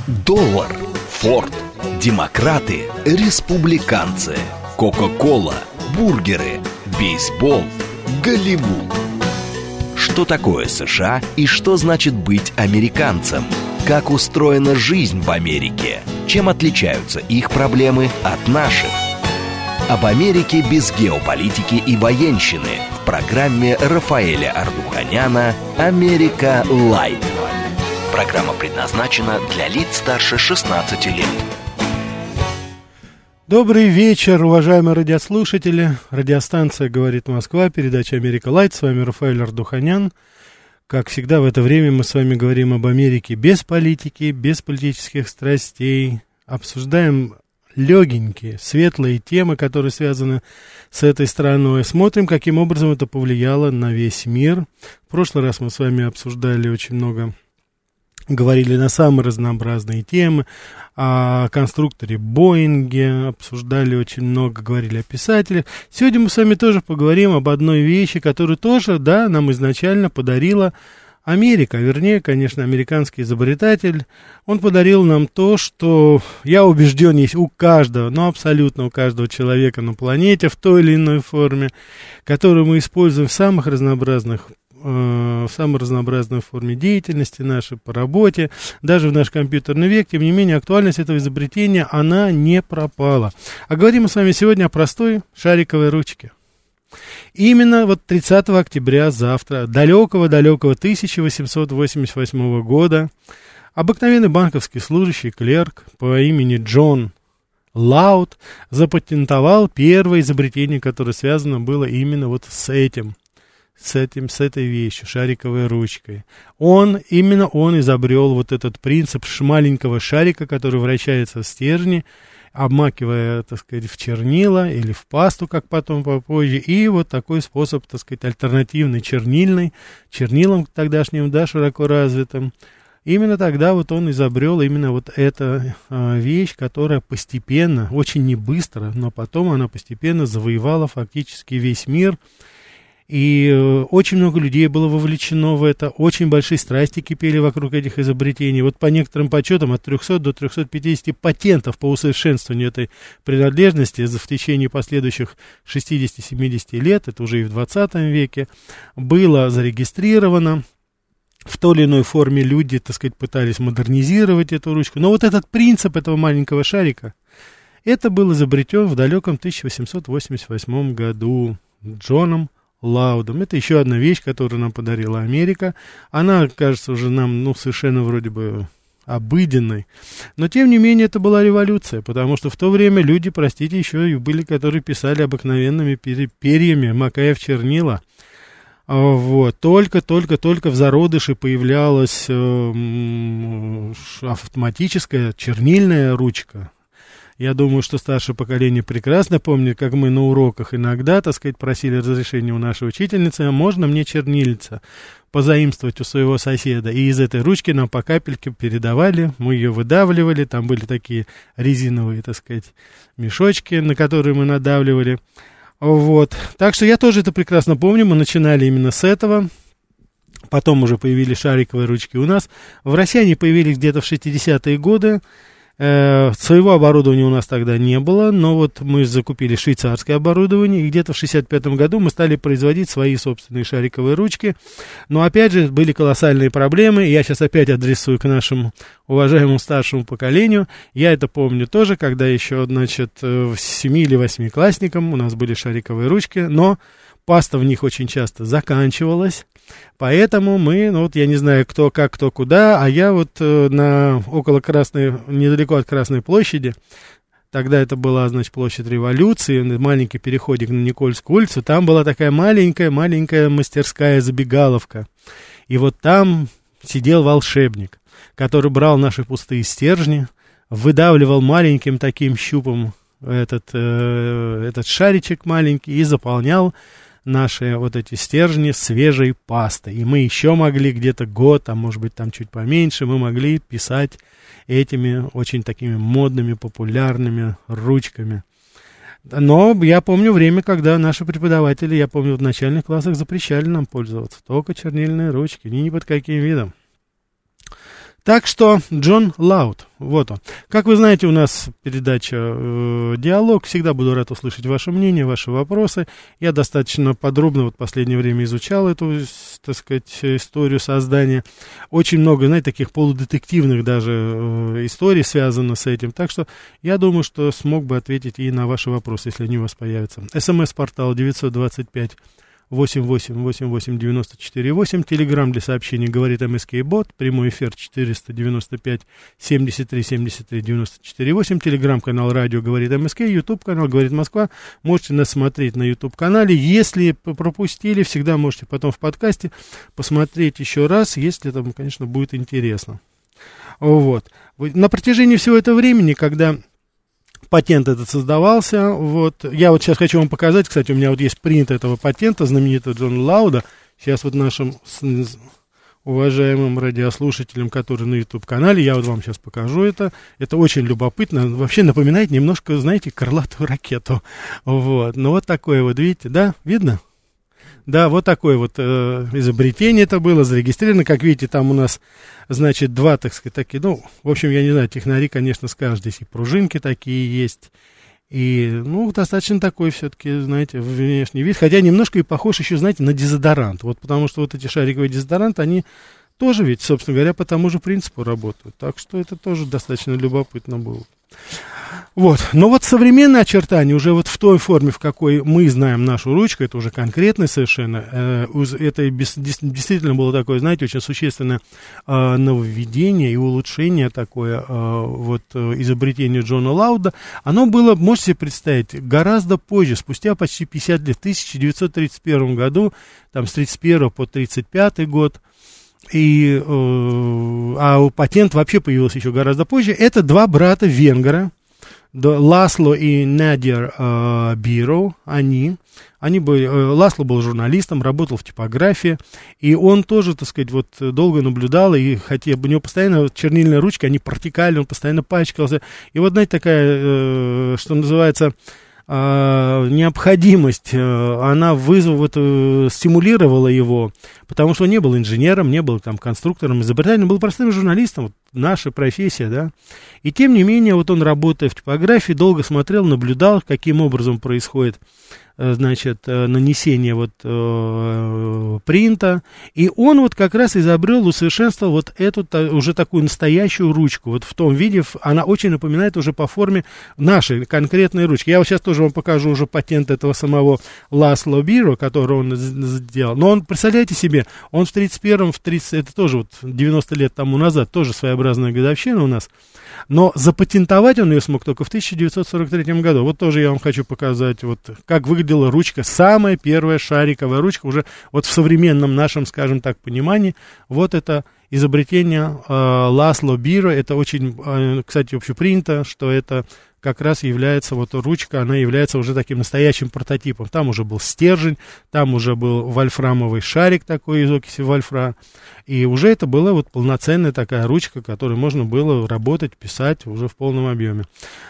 Доллар, Форд, демократы, республиканцы, Кока-кола, бургеры, бейсбол, Голливуд. Что такое США и что значит быть американцем? Как устроена жизнь в Америке? Чем отличаются их проблемы от наших? Об Америке без геополитики и военщины в программе Рафаэля Ардуханяна «Америка Лайт». Программа предназначена для лиц старше 16 лет. Добрый вечер, уважаемые радиослушатели. Радиостанция «Говорит Москва», передача «Америка Лайт». С вами Рафаэль Ардуханян. Как всегда, в это время мы с вами говорим об Америке без политики, без политических страстей. Обсуждаем легенькие, светлые темы, которые связаны с этой страной. Смотрим, каким образом это повлияло на весь мир. В прошлый раз мы с вами обсуждали очень много, говорили на самые разнообразные темы, о конструкторе Боинге, обсуждали очень много, говорили о писателях. Сегодня мы с вами тоже поговорим об одной вещи, которую тоже, да, нам изначально подарила Америка, вернее, конечно, американский изобретатель. Он подарил нам то, что, я убежден, есть у каждого, ну, абсолютно у каждого человека на планете в той или иной форме, которую мы используем в самой разнообразной форме деятельности нашей, по работе, даже в наш компьютерный век. Тем не менее, актуальность этого изобретения, она не пропала. А говорим мы с вами сегодня о простой шариковой ручке. Именно вот 30 октября, завтра, далекого-далекого 1888 года, обыкновенный банковский служащий, клерк по имени Джон Лауд запатентовал первое изобретение, которое связано было именно вот с этой вещью, шариковой ручкой. Именно он изобрел вот этот принцип маленького шарика, который вращается в стержне, обмакивая, так сказать, в чернила или в пасту, как потом попозже, и вот такой способ, так сказать, альтернативный чернилам тогдашним, да, широко развитым. Именно тогда вот он изобрел именно вот эту вещь, которая постепенно, очень не быстро, но потом она постепенно завоевала фактически весь мир. И очень много людей было вовлечено в это, очень большие страсти кипели вокруг этих изобретений. Вот по некоторым подсчетам от 300 до 350 патентов по усовершенствованию этой принадлежности в течение последующих 60-70 лет, это уже и в 20 веке, было зарегистрировано. В той или иной форме люди, так сказать, пытались модернизировать эту ручку. Но вот этот принцип этого маленького шарика, это был изобретен в далеком 1888 году Джоном Лаудом. Это еще одна вещь, которую нам подарила Америка. Она, кажется, уже нам, совершенно вроде бы обыденной. Но, тем не менее, это была революция, потому что в то время люди, простите, еще и были, которые писали обыкновенными перьями, макая в чернила. Вот. Только в зародыше появлялась автоматическая чернильная ручка. Я думаю, что старшее поколение прекрасно помнит, как мы на уроках иногда, так сказать, просили разрешения у нашей учительницы, а можно мне чернильца позаимствовать у своего соседа. И из этой ручки нам по капельке передавали, мы ее выдавливали, там были такие резиновые, так сказать, мешочки, на которые мы надавливали. Вот. Так что я тоже это прекрасно помню, мы начинали именно с этого. Потом уже появились шариковые ручки у нас. В России они появились где-то в 60-е годы. Своего оборудования у нас тогда не было, но вот мы закупили швейцарское оборудование, и где-то в 65 году мы стали производить свои собственные шариковые ручки. Но опять же были колоссальные проблемы, я сейчас опять адресую к нашему уважаемому старшему поколению. Я это помню тоже, когда еще, значит, в 7 или 8-классникам у нас были шариковые ручки, но паста в них очень часто заканчивалась. Поэтому мы, я не знаю, кто как, кто куда, а я вот недалеко от Красной площади, тогда это была, значит, площадь Революции, маленький переходик на Никольскую улицу, там была такая маленькая мастерская-забегаловка. И вот там сидел волшебник, который брал наши пустые стержни, выдавливал маленьким таким щупом этот шаричек маленький и заполнял наши вот эти стержни свежей пастой. И мы еще могли где-то год, а может быть там чуть поменьше, мы могли писать этими очень такими модными, популярными ручками. Но я помню время, когда наши преподаватели, я помню, в начальных классах запрещали нам пользоваться только чернильные ручки, ни под каким видом. Так что Джон Лауд, вот он. Как вы знаете, у нас передача «Диалог». Всегда буду рад услышать ваше мнение, ваши вопросы. Я достаточно подробно вот в последнее время изучал эту, так сказать, историю создания. Очень много, знаете, таких полудетективных даже историй связано с этим. Так что я думаю, что смог бы ответить и на ваши вопросы, если они у вас появятся. СМС-портал 925 88-88-94-8, телеграмм для сообщений «Говорит МСК-бот», прямой эфир 495-73-73-94-8, телеграмм-канал «Радио Говорит МСК», ютуб-канал «Говорит Москва». Можете нас смотреть на ютуб-канале. Если пропустили, всегда можете потом в подкасте посмотреть еще раз, если там, конечно, будет интересно. Вот. На протяжении всего этого времени, когда патент этот создавался, вот, я вот сейчас хочу вам показать, кстати, у меня вот есть принт этого патента, знаменитого Джона Лауда, сейчас вот нашим уважаемым радиослушателям, которые на YouTube-канале, я вот вам сейчас покажу это очень любопытно, вообще напоминает немножко, знаете, крылатую ракету, вот, ну вот такое вот, видите, да, видно? Да, вот такое вот изобретение это было, зарегистрировано, как видите, там у нас, значит, два, так сказать, такие, ну, в общем, я не знаю, технари, конечно, скажут, здесь и пружинки такие есть, и, ну, достаточно такой все-таки, знаете, внешний вид, хотя немножко и похож еще, знаете, на дезодорант, вот, потому что вот эти шариковые дезодоранты, они тоже ведь, собственно говоря, по тому же принципу работают, так что это тоже достаточно любопытно было. Вот, но вот современные очертания уже вот в той форме, в какой мы знаем нашу ручку, это уже конкретно совершенно, это действительно было такое, знаете, очень существенное нововведение и улучшение такое, вот, изобретение Джона Лауда, оно было, можете себе представить, гораздо позже, спустя почти 50 лет, в 1931 году, там с 31 по 35 год, а патент вообще появился еще гораздо позже, это два брата-венгра, Ласло и Надир Биро, они были, Ласло был журналистом, работал в типографии, и он тоже, так сказать, вот долго наблюдал, и хотя у него постоянно чернильные ручки, они протекали, он постоянно пачкался, и вот, знаете, такая, что называется, необходимость, она стимулировала его, потому что он не был инженером, не был там конструктором, изобретателем, был простым журналистом, вот наша профессия, да, и тем не менее, вот он, работая в типографии, долго смотрел, наблюдал, каким образом происходит, значит, нанесение вот принта, и он вот как раз изобрел, усовершенствовал вот эту уже такую настоящую ручку, вот в том виде, она очень напоминает уже по форме нашей конкретной ручки. Я вот сейчас тоже вам покажу уже патент этого самого Ласло Биро, который он сделал, но он, представляете себе, он в 31-м, это тоже вот 90 лет тому назад, тоже своеобразная годовщина у нас, но запатентовать он ее смог только в 1943 году. Вот тоже я вам хочу показать, вот как выглядела ручка, самая первая шариковая ручка, уже вот в современном нашем, скажем так, понимании, вот это изобретение Ласло Биро, это очень, кстати, общепринято, что это как раз является, вот ручка, она является уже таким настоящим прототипом. Там уже был стержень, там уже был вольфрамовый шарик такой из окиси вольфрама, и уже это была вот полноценная такая ручка, которой можно было работать, писать уже в полном объеме.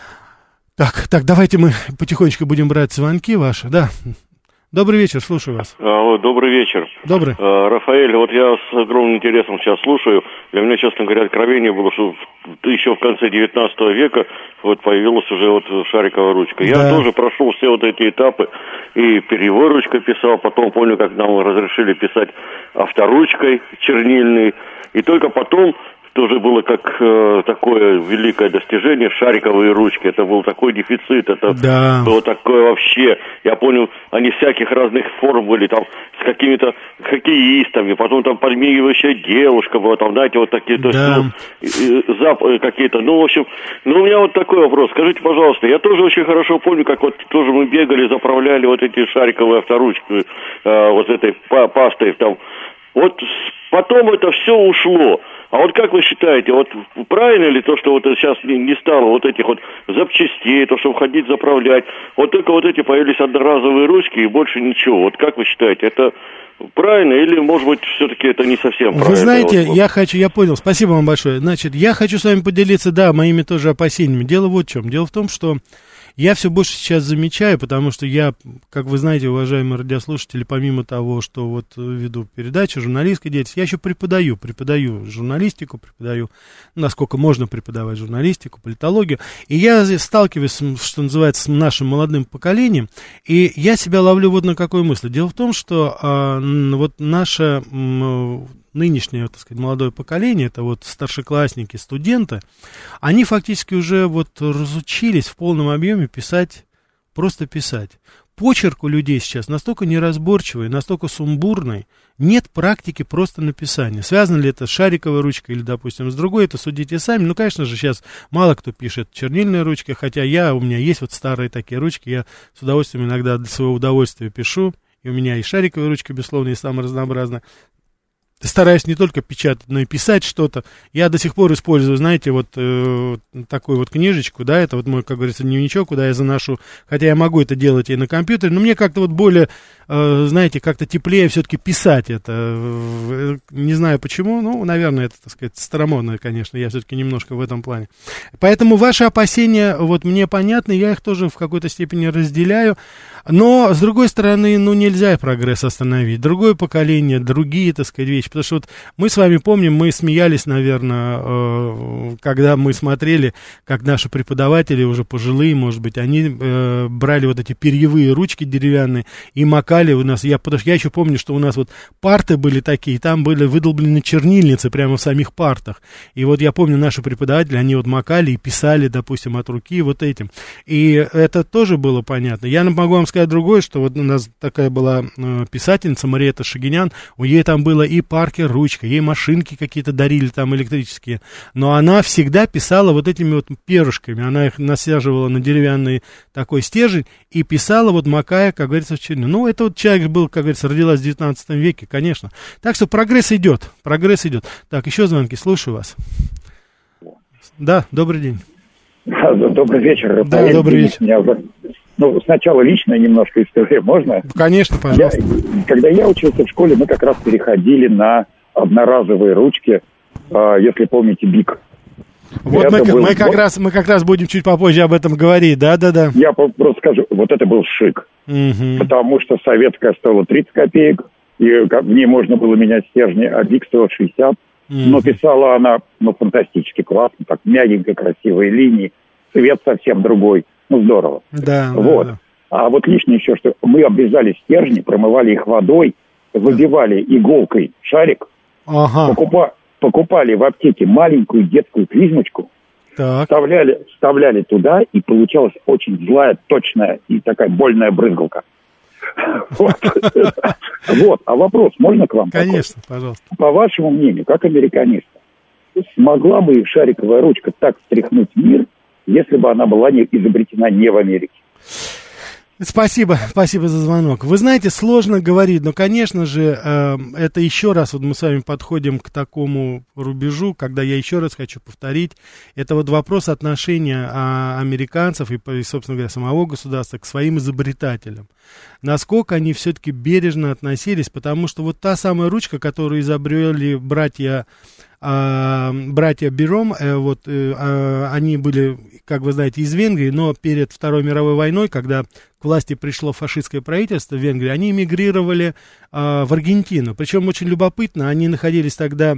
Так, давайте мы потихонечку будем брать звонки ваши, да. Добрый вечер, слушаю вас. Алло, добрый вечер. Добрый. Рафаэль, вот я с огромным интересом сейчас слушаю. Для меня, честно говоря, откровение было, что еще в конце 19 века вот появилась уже вот шариковая ручка. Я тоже прошел все вот эти этапы, и перьевой ручкой писал, потом помню, как нам разрешили писать авторучкой чернильной, и только потом тоже было как такое великое достижение шариковые ручки. Это был такой дефицит, это было такое вообще. Я помню, они всяких разных форм были, там с какими-то хоккеистами, потом там подмигивающая девушка была, там, знаете, вот такие, то есть, какие-то, ну, в общем, ну, у меня вот такой вопрос. Скажите, пожалуйста, я тоже очень хорошо помню, как вот тоже мы бегали, заправляли вот эти шариковые авторучки, вот этой пастой там. Вот потом это все ушло. А вот как вы считаете, вот правильно ли то, что вот сейчас не стало вот этих вот запчастей, то, чтобы ходить заправлять, вот только вот эти появились одноразовые ручки и больше ничего. Вот как вы считаете, это правильно, или, может быть, все-таки это не совсем правильно? Вы знаете, я понял, спасибо вам большое. Значит, я хочу с вами поделиться, да, моими тоже опасениями. Дело вот в чем. Дело в том, что я все больше сейчас замечаю, потому что я, как вы знаете, уважаемые радиослушатели, помимо того, что вот веду передачу, журналистской деятельности, я еще преподаю журналистику, насколько можно преподавать журналистику, политологию, и я сталкиваюсь, что называется, с нашим молодым поколением, и я себя ловлю вот на какой мысли. Дело в том, что вот наше нынешнее, так сказать, молодое поколение, это вот старшеклассники, студенты, они фактически уже вот разучились в полном объеме писать, просто писать. Почерк у людей сейчас настолько неразборчивый, настолько сумбурный, нет практики просто написания. Связано ли это с шариковой ручкой или, допустим, с другой, это судите сами. Ну, конечно же, сейчас мало кто пишет чернильной ручкой, хотя у меня есть вот старые такие ручки, я с удовольствием иногда для своего удовольствия пишу, и у меня и шариковая ручка, безусловно, и самая разнообразная. Стараюсь не только печатать, но и писать что-то. Я до сих пор использую, знаете, вот такую вот книжечку, да, это вот мой, как говорится, дневничок, куда я заношу, хотя я могу это делать и на компьютере, но мне как-то вот более, знаете, как-то теплее все-таки писать это. Не знаю почему, ну, наверное, это, так сказать, старомодно, конечно, я все-таки немножко в этом плане. Поэтому ваши опасения, вот, мне понятны, я их тоже в какой-то степени разделяю, но, с другой стороны, ну, нельзя прогресс остановить. Другое поколение, другие, так сказать, вещи. Потому что вот мы с вами помним, мы смеялись, наверное, когда мы смотрели, как наши преподаватели, уже пожилые, может быть, они брали вот эти перьевые ручки деревянные и макали у нас. Потому что я еще помню, что у нас вот парты были такие, там были выдолблены чернильницы прямо в самих партах. И вот я помню, наши преподаватели, они вот макали и писали, допустим, от руки вот этим. И это тоже было понятно. Я могу вам сказать другое, что вот у нас такая была писательница Мариэтта Шагинян, у нее там было и Паркер ручка, ей машинки какие-то дарили там электрические, но она всегда писала вот этими вот перышками, она их насаживала на деревянный такой стержень и писала вот макая, как говорится, в чернильницу. Ну, это вот человек был, как говорится, родилась в 19 веке, конечно. Так что прогресс идет. Так, еще звонки, слушаю вас. Да, добрый день. Добрый вечер, Рафаэль. Да, добрый вечер. Ну, сначала личная немножко история, можно? Конечно, пожалуйста. Когда я учился в школе, мы как раз переходили на одноразовые ручки, если помните, БИК. Вот мы как раз будем чуть попозже об этом говорить, да. Я просто скажу, вот это был шик, потому что советская стоила 30 копеек, и в ней можно было менять стержни, а БИК стоил 60, но писала она, фантастически классно, так мягенько, красивые линии, цвет совсем другой. Ну, здорово. Да. Вот. Да. А вот лишнее еще, что мы обрезали стержни, промывали их водой, выбивали иголкой шарик, покупали в аптеке маленькую детскую клизмочку, вставляли туда, и получалась очень злая, точная и такая больная брызгалка. Вот. А вопрос можно к вам? Конечно, пожалуйста. По вашему мнению, как американиста, смогла бы шариковая ручка так встряхнуть мир, если бы она была изобретена не в Америке? Спасибо за звонок. Вы знаете, сложно говорить, но, конечно же, это еще раз, вот мы с вами подходим к такому рубежу, когда я еще раз хочу повторить, это вот вопрос отношения американцев и, собственно говоря, самого государства к своим изобретателям. Насколько они все-таки бережно относились, потому что вот та самая ручка, которую изобрели братья Бером, они были, как вы знаете, из Венгрии, но перед Второй мировой войной, когда к власти пришло фашистское правительство в Венгрии, они эмигрировали в Аргентину. Причем очень любопытно, они находились тогда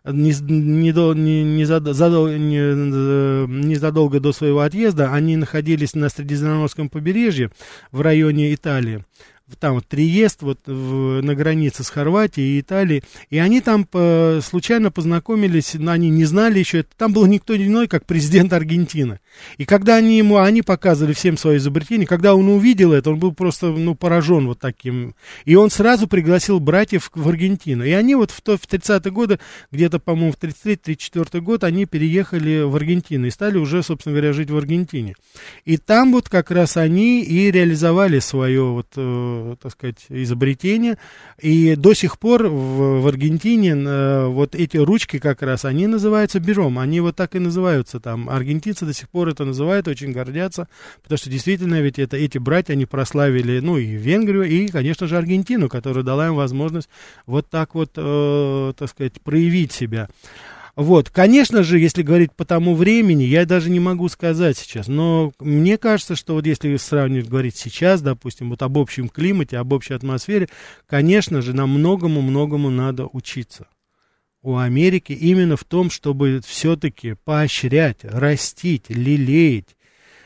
незадолго до своего отъезда, они находились на Средиземноморском побережье в районе Италии. Там вот Триест, вот на границе с Хорватией и Италией, и они там случайно познакомились, но они не знали еще, там был никто иной, как президент Аргентины. И когда они показывали всем свои изобретения, когда он увидел это, он был просто, поражен вот таким. И он сразу пригласил братьев в Аргентину. И они вот в 30-е годы, где-то, по-моему, в 33-34 год, они переехали в Аргентину и стали уже, собственно говоря, жить в Аргентине. И там вот как раз они и реализовали свое вот так сказать, изобретение. И до сих пор в Аргентине вот эти ручки как раз, они называются бером. Они вот так и называются там. Аргентинцы до сих пор это называют, очень гордятся, потому что действительно ведь эти братья, они прославили, ну, и Венгрию, и, конечно же, Аргентину, которая дала им возможность вот так вот, так сказать, проявить себя. Вот, конечно же, если говорить по тому времени, я даже не могу сказать сейчас, но мне кажется, что вот если сравнивать, говорить сейчас, допустим, вот об общем климате, об общей атмосфере, конечно же, нам многому надо учиться у Америки именно в том, чтобы все-таки поощрять, растить, лелеять,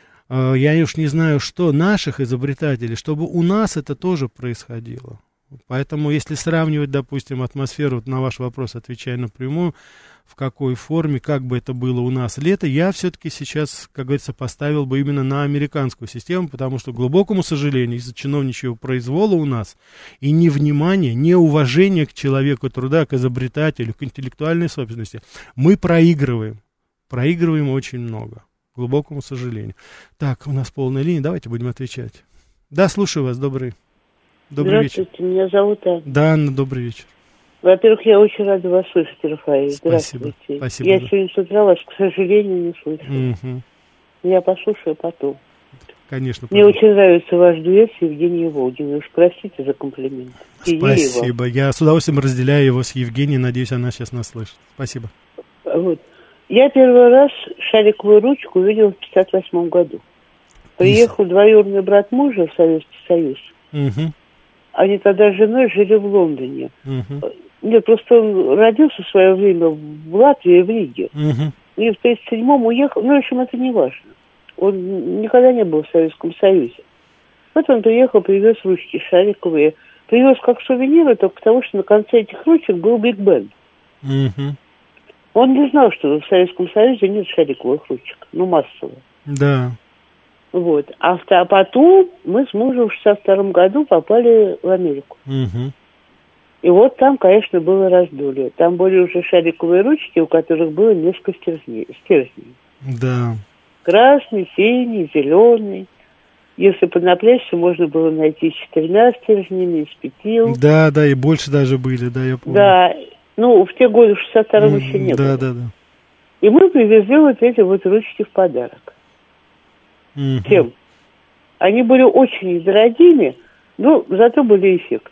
я уж не знаю что, наших изобретателей, чтобы у нас это тоже происходило. Поэтому, если сравнивать, допустим, атмосферу, вот на ваш вопрос отвечая напрямую, в какой форме, как бы это было у нас лето, я все-таки сейчас, как говорится, поставил бы именно на американскую систему, потому что, к глубокому сожалению, из-за чиновничьего произвола у нас и невнимания, неуважения к человеку труда, к изобретателю, к интеллектуальной собственности, мы проигрываем очень много, к глубокому сожалению. Так, у нас полная линия, давайте будем отвечать. Да, слушаю вас, добрый вечер. Здравствуйте, меня зовут Анна. Да, Анна, добрый вечер. Во-первых, я очень рада вас слышать, Рафаэль. Спасибо. Здравствуйте. Спасибо. Я сегодня с утра вас, к сожалению, не слышу. Угу. Я послушаю потом. Конечно. Мне очень нравится ваш дуэт с Евгенией Волгиной. Уж простите за комплимент. Спасибо. Я с удовольствием разделяю его с Евгенией. Надеюсь, она сейчас нас слышит. Спасибо. Вот. Я первый раз шариковую ручку увидела в 1958 году. Приехал двоюродный брат мужа в Советский Союз. Угу. Они тогда с женой жили в Лондоне. Угу. Нет, просто он родился в свое время в Латвии, в Риге. Угу. И в 1937-м уехал. Ну, в общем, это не важно. Он никогда не был в Советском Союзе. Вот он приехал, привез ручки шариковые. Привез как сувениры, только потому что на конце этих ручек был Биг Бен. Угу. Он не знал, что в Советском Союзе нет шариковых ручек. Ну, массово. Да. Вот. А потом мы с мужем в 1962 году попали в Америку. Угу. И вот там, конечно, было раздолье. Там были уже шариковые ручки, у которых было несколько стержней. Да. Красный, синий, зеленый. Если поднапрячься, можно было найти с 4 стержнями, с 5. Да, и больше даже были, да, я помню. Да, ну, в те годы, в 62-м еще не было. Да. И мы привезли вот эти вот ручки в подарок. Всем. Они были очень недорогими, но зато были эффектны.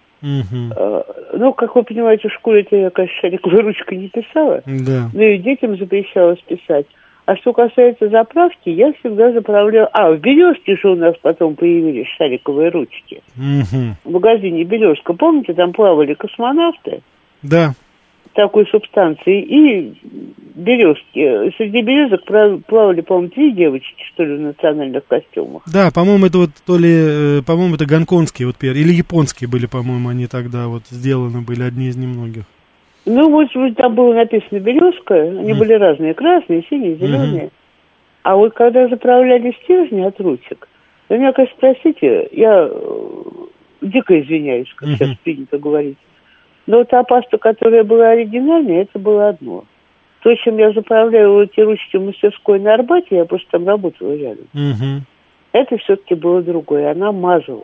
Ну, как вы понимаете, в школе-то я, конечно, шариковой ручкой не писала, но и детям запрещалось писать. А что касается заправки, я всегда заправляла... в «Березке» же у нас потом появились шариковые ручки. В магазине «Березка». Помните, там плавали космонавты? Да. Такой субстанции. И березки. Среди березок плавали, по-моему, 3 девочки, что ли, в национальных костюмах. Да, по-моему, это вот по-моему, это гонконгские вот или японские были, по-моему, они тогда вот сделаны были, одни из немногих. Ну, вот там было написано «Березка», они были разные, красные, синие, зеленые. А вот когда заправляли стержни от ручек, вы меня, конечно, простите, я дико извиняюсь, как сейчас принято говорить. Но та паста, которая была оригинальная, это было одно. То, чем я заправляю эти ручки в мастерской на Арбате, я просто там работала рядом. Это все-таки было другое, она мазалась.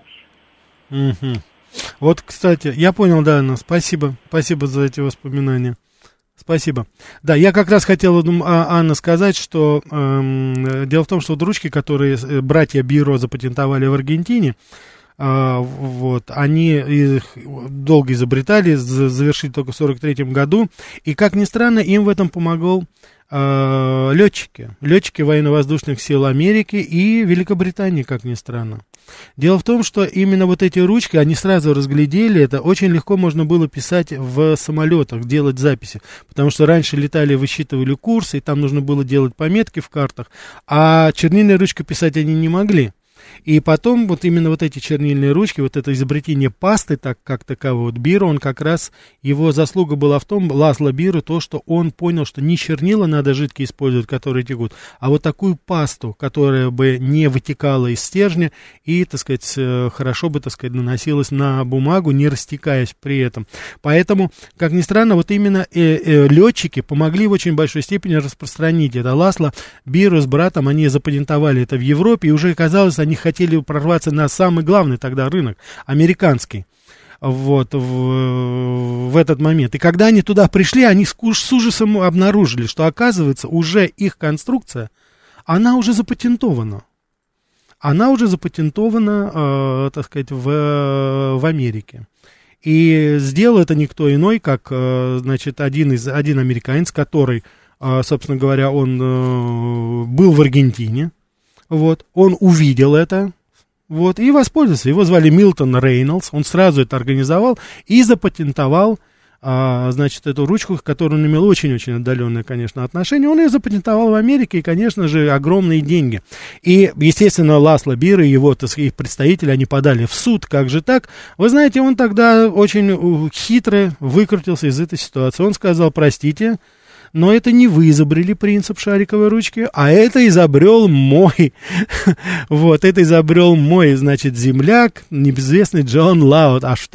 Вот, кстати, я понял, да, Анна, спасибо за эти воспоминания. Спасибо. Да, я как раз хотел, Анна, сказать, что дело в том, что вот ручки, которые братья Биро запатентовали в Аргентине, вот, они их долго изобретали, завершили только в 1943 году, и, как ни странно, им в этом помогал летчики военно-воздушных сил Америки и Великобритании, как ни странно. Дело в том, что именно вот эти ручки, они сразу разглядели это, очень легко можно было писать в самолетах, делать записи, потому что раньше летали, высчитывали курсы, и там нужно было делать пометки в картах, а чернильной ручкой писать они не могли. И потом вот именно вот эти чернильные ручки, вот это изобретение пасты, как таковой, вот Биро, он как раз, его заслуга была в том, Ласло Биро, то, что он понял, что не чернила надо жидкие использовать, которые текут, а вот такую пасту, которая бы не вытекала из стержня и, так сказать, хорошо бы, так сказать, наносилась на бумагу, не растекаясь при этом. Поэтому, как ни странно, вот именно летчики помогли в очень большой степени распространить это. Ласло Биро с братом, они запатентовали это в Европе, и уже, казалось, они они хотели прорваться на самый главный тогда рынок, американский. Вот, в этот момент. И когда они туда пришли, они с ужасом обнаружили, что, оказывается, уже их конструкция, она уже запатентована. Она уже запатентована, так сказать, в Америке. И сделал это никто иной, как, значит, один американец, который, собственно говоря, он был в Аргентине. Вот, он увидел это. Вот, и воспользовался. Его звали Милтон Рейнольдс. Он сразу это организовал и запатентовал, значит, эту ручку, к которой он имел очень-очень отдаленное, конечно, отношение. Он ее запатентовал в Америке, и, конечно же, огромные деньги. И, естественно, Ласло Бир и его, так сказать, представители, они подали в суд. Как же так? Вы знаете, он тогда очень хитро выкрутился из этой ситуации. Он сказал: простите, но это не вы изобрели принцип шариковой ручки, а это изобрел мой, вот, это изобрел мой, значит, земляк, небезвестный Джон Лаут, аж в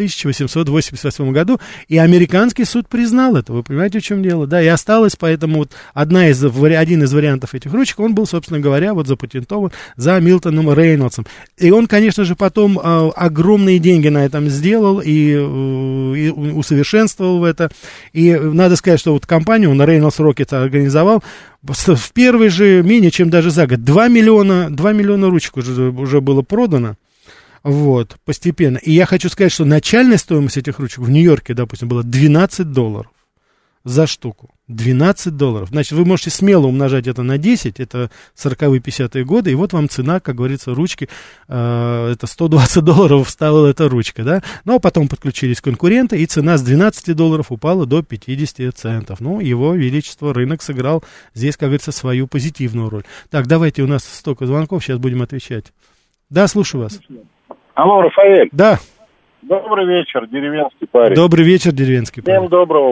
1888 году, и американский суд признал это, вы понимаете, в чем дело, да, и осталось, поэтому вот один из вариантов этих ручек, он был, собственно говоря, вот запатентован за Милтоном Рейнольдсом, и он, конечно же, потом огромные деньги на этом сделал и усовершенствовал это, и надо сказать, что вот компанию он Рейнольдс Рокет организовал в первый же, менее чем даже за год, 2 миллиона ручек уже было продано, вот, постепенно. И я хочу сказать, что начальная стоимость этих ручек в Нью-Йорке, допустим, была $12 за штуку. $12. Значит, вы можете смело умножать это на 10, это 40-е, 50-е годы, и вот вам цена, как говорится, ручки, это $120 стоила эта ручка, да, ну, а потом подключились конкуренты, и цена с $12 упала до 50 центов. Ну, его величество, рынок сыграл здесь, как говорится, свою позитивную роль. Так, давайте, у нас столько звонков, сейчас будем отвечать. Да, слушаю вас. Алло, Рафаэль. Да. Добрый вечер, деревенский парень. Добрый вечер, деревенский парень. Всем доброго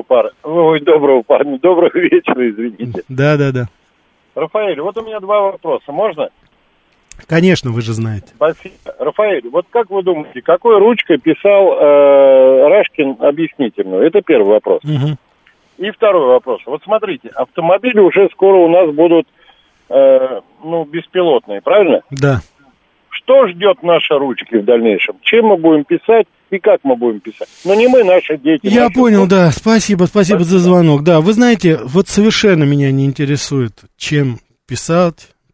парня. Доброго вечера, извините. Да. Рафаэль, вот у меня два вопроса, можно? Конечно, вы же знаете. Спасибо. Рафаэль, вот как вы думаете, какой ручкой писал Рашкин объяснительную? Это первый вопрос. Угу. И второй вопрос. Вот смотрите, автомобили уже скоро у нас будут, беспилотные, правильно? Да. Что ждет наши ручки в дальнейшем? Чем мы будем писать и как мы будем пишет. Но не мы, наши дети. Я понял, да. Спасибо за звонок. Да, вы знаете, вот совершенно меня не интересует, чем писал,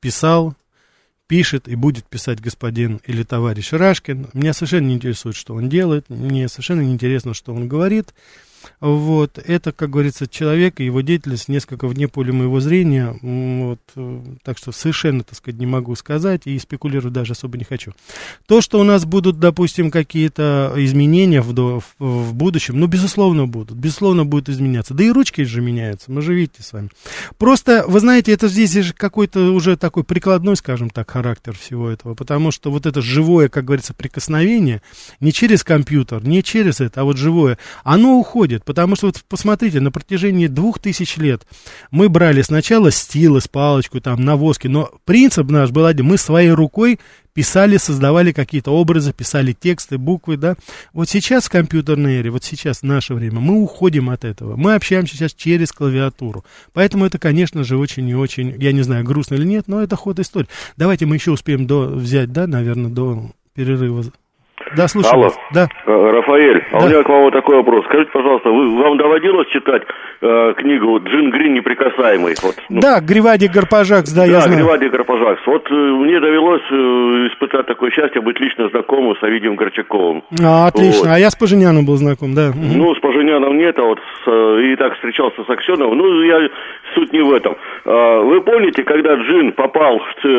пишет и будет писать господин или товарищ Рашкин. Меня совершенно не интересует, что он делает. Мне совершенно не интересно, что он говорит. Вот, это, как говорится, человек и его деятельность несколько вне поля моего зрения, вот, так что совершенно, так сказать, не могу сказать и спекулировать даже особо не хочу. То, что у нас будут, допустим, какие-то изменения в будущем, ну, безусловно, будет изменяться, да и ручки же меняются, мы же видите с вами. Просто, вы знаете, это здесь же какой-то уже такой прикладной, скажем так, характер всего этого, потому что вот это живое, как говорится, прикосновение, не через компьютер, не через это, а вот живое, оно уходит. Потому что, вот посмотрите, на протяжении 2000 лет мы брали сначала стилус, палочку, там, на воске, но принцип наш был один, мы своей рукой писали, создавали какие-то образы, писали тексты, буквы, да. Вот сейчас в компьютерной эре, вот сейчас в наше время, мы уходим от этого, мы общаемся сейчас через клавиатуру. Поэтому это, конечно же, очень и очень, я не знаю, грустно или нет, но это ход истории. Давайте мы еще успеем взять, да, наверное, до перерыва. Да, слушаю. Алло. Вас. Да. Рафаэль, да. У меня к вам вот такой вопрос. Скажите, пожалуйста, вам доводилось читать книгу «Джин Грин неприкасаемый»? Вот, да, Гривади Гарпажакс, да, я знаю. Да, Гривади Гарпажакс. Вот мне довелось испытать такое счастье быть лично знакомым с Овидием Горчаковым. Отлично, вот. А я с Пажиняном был знаком, да. Ну, с Пажиняном нет, а вот и так встречался с Аксеновым. Ну, суть не в этом. Вы помните, когда Джин попал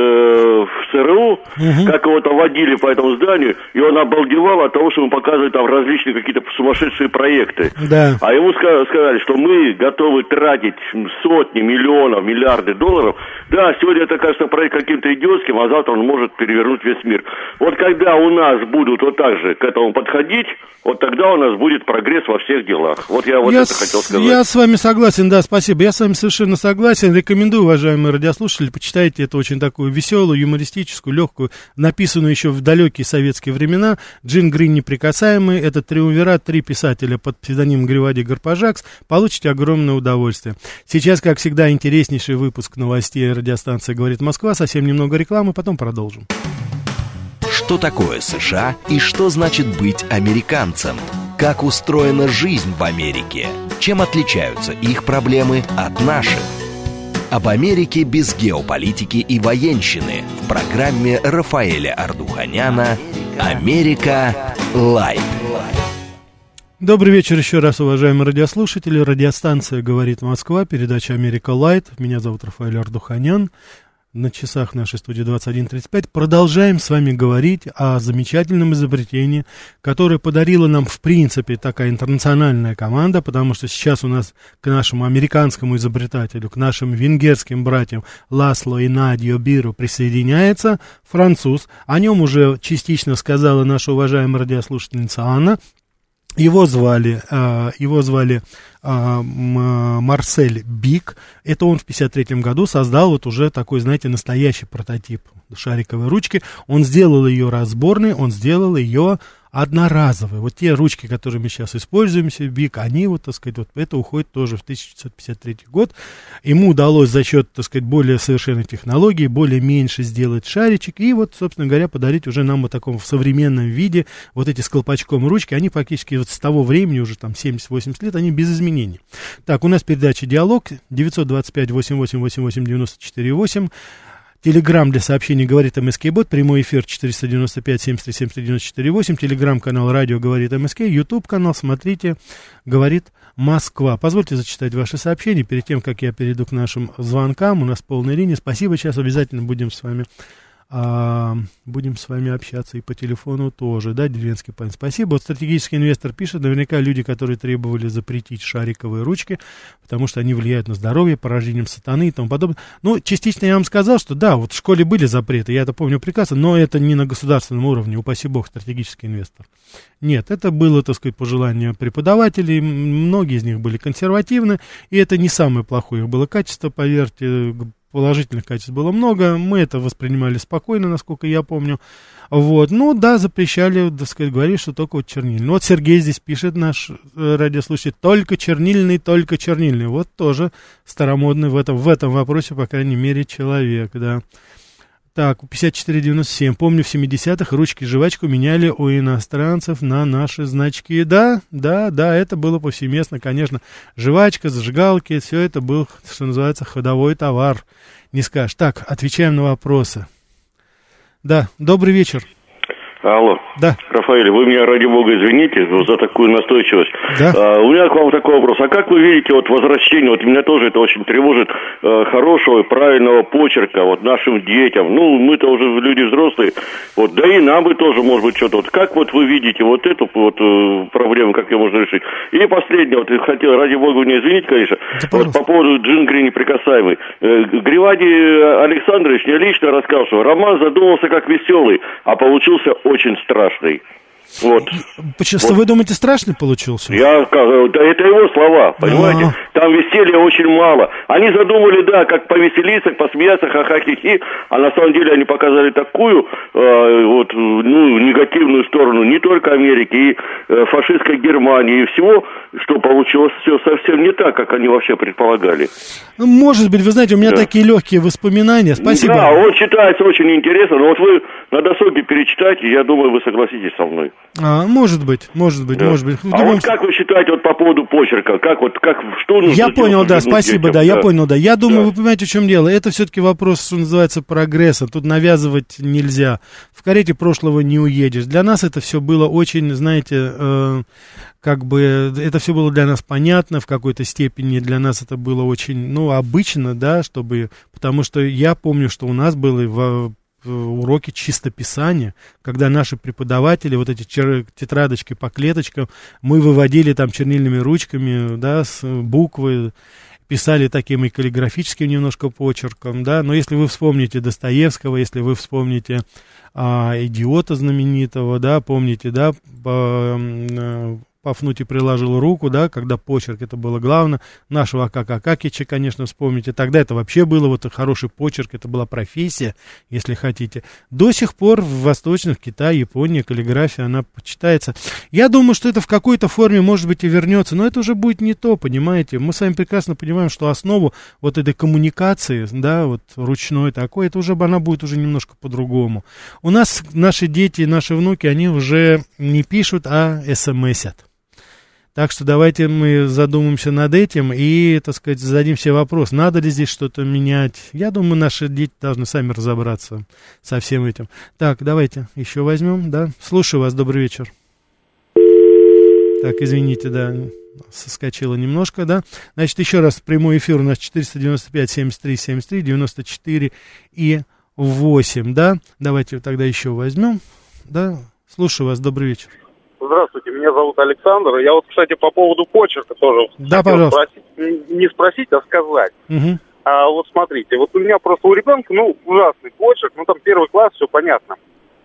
в ЦРУ, как его-то водили по этому зданию, и он обалдевал от того, что ему показывают там различные какие-то сумасшедшие проекты. Да. А ему сказали, что мы готовы тратить сотни, миллионов, миллиарды долларов. Да, сегодня это кажется проект каким-то идиотским, а завтра он может перевернуть весь мир. Вот когда у нас будут вот так же к этому подходить, вот тогда у нас будет прогресс во всех делах. Вот я это хотел сказать. Я с вами согласен, да, спасибо. Я с вами совершенно согласен. Рекомендую, уважаемые радиослушатели, почитайте это очень такую веселую, юмористическую, легкую, написанную еще в далекие советские времена. Джин Грин неприкасаемый. Это триумвират, 3 писателя под псевдонимом Гривади Гарпажакс. Получите огромное удовольствие. Сейчас, как всегда, интереснейший выпуск новостей радиостанции «Говорит Москва». Совсем немного рекламы, потом продолжим. Что такое США и что значит быть американцем? Как устроена жизнь в Америке? Чем отличаются их проблемы от наших? Об Америке без геополитики и военщины в программе Рафаэля Ардуханяна «Америка Лайт». Добрый вечер еще раз, уважаемые радиослушатели. Радиостанция «Говорит Москва», передача «Америка Лайт». Меня зовут Рафаэль Ардуханян. На часах нашей студии 21:35. Продолжаем с вами говорить о замечательном изобретении, которое подарила нам, в принципе, такая интернациональная команда, потому что сейчас у нас к нашему американскому изобретателю, к нашим венгерским братьям Ласло и Надио Биру присоединяется француз. О нем уже частично сказала наша уважаемая радиослушательница Анна. Его звали Марсель Бик. Это он в 1953 году создал вот уже такой, знаете, настоящий прототип шариковой ручки. Он сделал ее разборной, он сделал ее одноразовой. Вот те ручки, которые мы сейчас используем, Бик, они, вот, так сказать, вот это уходит тоже в 1953 год. Ему удалось за счет, так сказать, более совершенной технологии, более меньше сделать шаричек и вот, собственно говоря, подарить уже нам вот таком в современном виде вот эти с колпачком ручки. Они фактически вот с того времени, уже там 70-80 лет, они без изменений. Так, у нас передача «Диалог», 925-88-88-94-8. Телеграм для сообщений «Говорит МСК-бот», прямой эфир 495-73-73-94-8, телеграм-канал «Радио Говорит МСК», ютуб-канал, смотрите, «Говорит Москва». Позвольте зачитать ваши сообщения перед тем, как я перейду к нашим звонкам. У нас полная линия. Спасибо, сейчас обязательно будем с вами общаться и по телефону тоже, да, деревенский парень. Спасибо. Вот стратегический инвестор пишет, наверняка люди, которые требовали запретить шариковые ручки, потому что они влияют на здоровье, порождением сатаны и тому подобное. Ну, частично я вам сказал, что да, вот в школе были запреты, я это помню прекрасно, но это не на государственном уровне, упаси бог, стратегический инвестор. Нет, это было, так сказать, по желанию преподавателей, многие из них были консервативны, и это не самое плохое их было качество, поверьте. Положительных качеств было много, мы это воспринимали спокойно, насколько я помню, вот, ну да, запрещали, так сказать, говорили, что только вот чернильный. Вот Сергей здесь пишет, наш радиослушатель, только чернильный, вот тоже старомодный в этом вопросе, по крайней мере, человек, да. Так, 5497. Помню, в 70-х ручки-жвачку меняли у иностранцев на наши значки. Да, это было повсеместно, конечно. Жвачка, зажигалки, все это был, что называется, ходовой товар. Не скажешь. Так, отвечаем на вопросы. Да, добрый вечер. Алло. Да. Рафаэль, вы меня, ради бога, извините за такую настойчивость. Да. У меня к вам такой вопрос. А как вы видите вот возвращение, вот меня тоже это очень тревожит, хорошего и правильного почерка вот нашим детям? Ну, мы-то уже люди взрослые, вот, да и нам бы тоже, может быть, что-то. Вот как вот вы видите вот эту вот проблему, как ее можно решить? И последнее, вот хотел, ради бога, меня извините, конечно, вот по поводу Джингри неприкасаемый. Гривади Александрович мне лично рассказал, что роман задумался как веселый, а получился очень страшный. Вот. Почему? Вот. Вы думаете, страшный получился? Это его слова, понимаете? Там веселья очень мало. Они задумали, да, как повеселиться, посмеяться, ха-ха-хи-хи, а на самом деле они показали такую негативную сторону не только Америки, и фашистской Германии, и всего, что получилось все совсем не так, как они вообще предполагали. Ну, может быть, вы знаете, у меня такие легкие воспоминания. Спасибо. Да, он читается очень интересно, но вот вы на досуге перечитайте, я думаю, вы согласитесь со мной. Может быть. А вот как вы считаете вот по поводу почерка? Что нужно? Я понял, да, спасибо, детям? я понял, да. Я думаю, вы понимаете, в чем дело. Это все-таки вопрос, что называется, прогресса. Тут навязывать нельзя. В карете прошлого не уедешь. Для нас это все было очень, знаете, это все было для нас понятно в какой-то степени. Для нас это было очень, обычно, да, потому что я помню, что у нас было уроки чистописания, когда наши преподаватели вот эти тетрадочки по клеточкам мы выводили там чернильными ручками, да, с буквы, писали таким и каллиграфическим немножко почерком, да, но если вы вспомните Достоевского, если вы вспомните «Идиота» знаменитого, да, помните, да, Пафнутий приложил руку, да, когда почерк, это было главное. Нашего Акака Акакича, конечно, вспомните. Тогда это вообще было вот хороший почерк, это была профессия, если хотите. До сих пор в восточных, Китае, Японии, каллиграфия, она почитается. Я думаю, что это в какой-то форме, может быть, и вернется, но это уже будет не то, понимаете. Мы с вами прекрасно понимаем, что основу вот этой коммуникации, да, вот ручной такой, это уже, она будет уже немножко по-другому. У нас наши дети, наши внуки, они уже не пишут, а смсят. Так что давайте мы задумаемся над этим и, так сказать, зададим себе вопрос, надо ли здесь что-то менять. Я думаю, наши дети должны сами разобраться со всем этим. Так, давайте еще возьмем, да. Слушаю вас, добрый вечер. Так, извините, да, соскочило немножко, да. Значит, еще раз, прямой эфир у нас 495-73-73, 94 и 8, да. Давайте тогда еще возьмем, да. Слушаю вас, добрый вечер. Здравствуйте, меня зовут Александр. Я вот, кстати, по поводу почерка тоже хотел спросить, не спросить, а сказать. Угу. Вот смотрите, вот у меня просто у ребенка, ужасный почерк, там 1 класс, все понятно.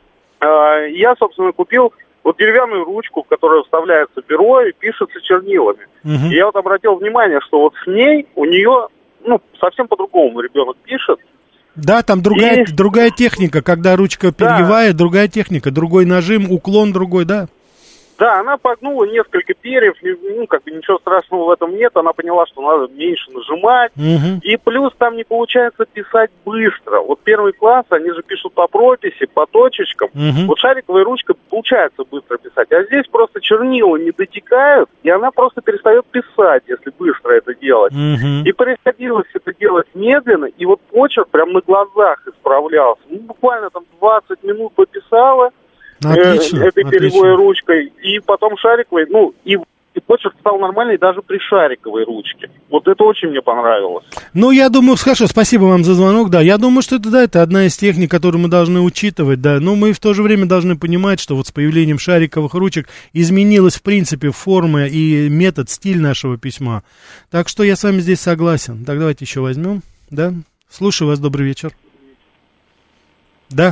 Я, собственно, купил вот деревянную ручку, в которую вставляется перо и пишется чернилами. Угу. И я вот обратил внимание, что вот с ней у нее, совсем по-другому ребенок пишет. Да, там другая техника, когда ручка перьевая, да. Другая техника, другой нажим, уклон другой, да. Да, она погнула несколько перьев, ничего страшного в этом нет, она поняла, что надо меньше нажимать, и плюс там не получается писать быстро. Вот 1 класс, они же пишут по прописи, по точечкам, вот шариковой ручкой получается быстро писать, а здесь просто чернила не дотекают, и она просто перестает писать, если быстро это делать. И приходилось это делать медленно, и вот почерк прям на глазах исправлялся. Буквально там 20 минут пописала, отлично, этой перьевой ручкой, и потом шариковой, и почерк стал нормальный даже при шариковой ручке. Вот это очень мне понравилось. Я думаю, хорошо, спасибо вам за звонок, да, я думаю, что это одна из техник, которую мы должны учитывать, да, но мы в то же время должны понимать, что вот с появлением шариковых ручек изменилась, в принципе, форма и метод, стиль нашего письма. Так что я с вами здесь согласен. Так, давайте еще возьмем, да, слушаю вас, добрый вечер. Да.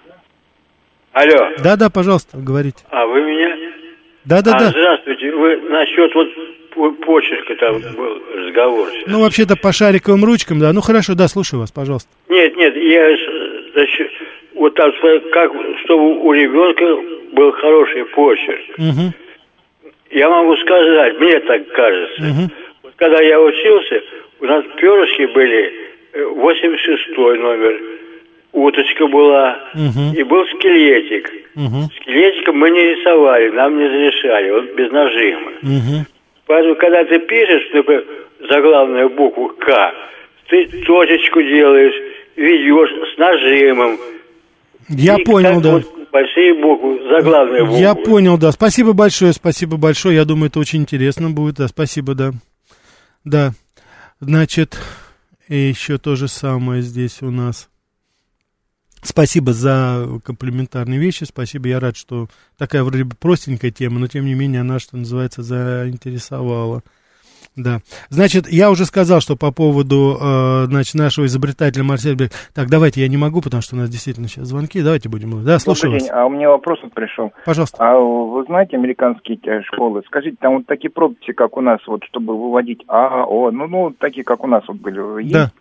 Алло. Да, пожалуйста, говорите. Вы меня? Да. Здравствуйте. Вы насчет почерка там был разговор. Вообще-то по шариковым ручкам, да. Хорошо, да, слушаю вас, пожалуйста. Нет, я вот там, чтобы у ребенка был хороший почерк. Угу. Я могу сказать, мне так кажется. Вот когда я учился, у нас перышки были 86-й номер. Уточка была, и был скелетик. Скелетиком мы не рисовали, нам не разрешали, он без нажима. Поэтому, когда ты пишешь, например, заглавную букву «К», ты точечку делаешь, ведешь с нажимом. Я понял, да. Вот большие буквы, заглавные буквы. Я понял, да. Спасибо большое. Я думаю, это очень интересно будет. Да, спасибо, да. Да. Значит, и еще то же самое здесь у нас. Спасибо за комплиментарные вещи, спасибо, я рад, что такая вроде бы простенькая тема, но тем не менее она, что называется, заинтересовала. Да. Значит, я уже сказал, что по поводу, нашего изобретателя Марселя. Так, давайте, я не могу, потому что у нас действительно сейчас звонки. Давайте будем. Да, слушаю вас. А у меня вопрос пришел. Пожалуйста. А вы знаете американские школы? Скажите, там вот такие прописи, как у нас, вот, чтобы выводить А, О, такие, как у нас вот были. Есть? Да.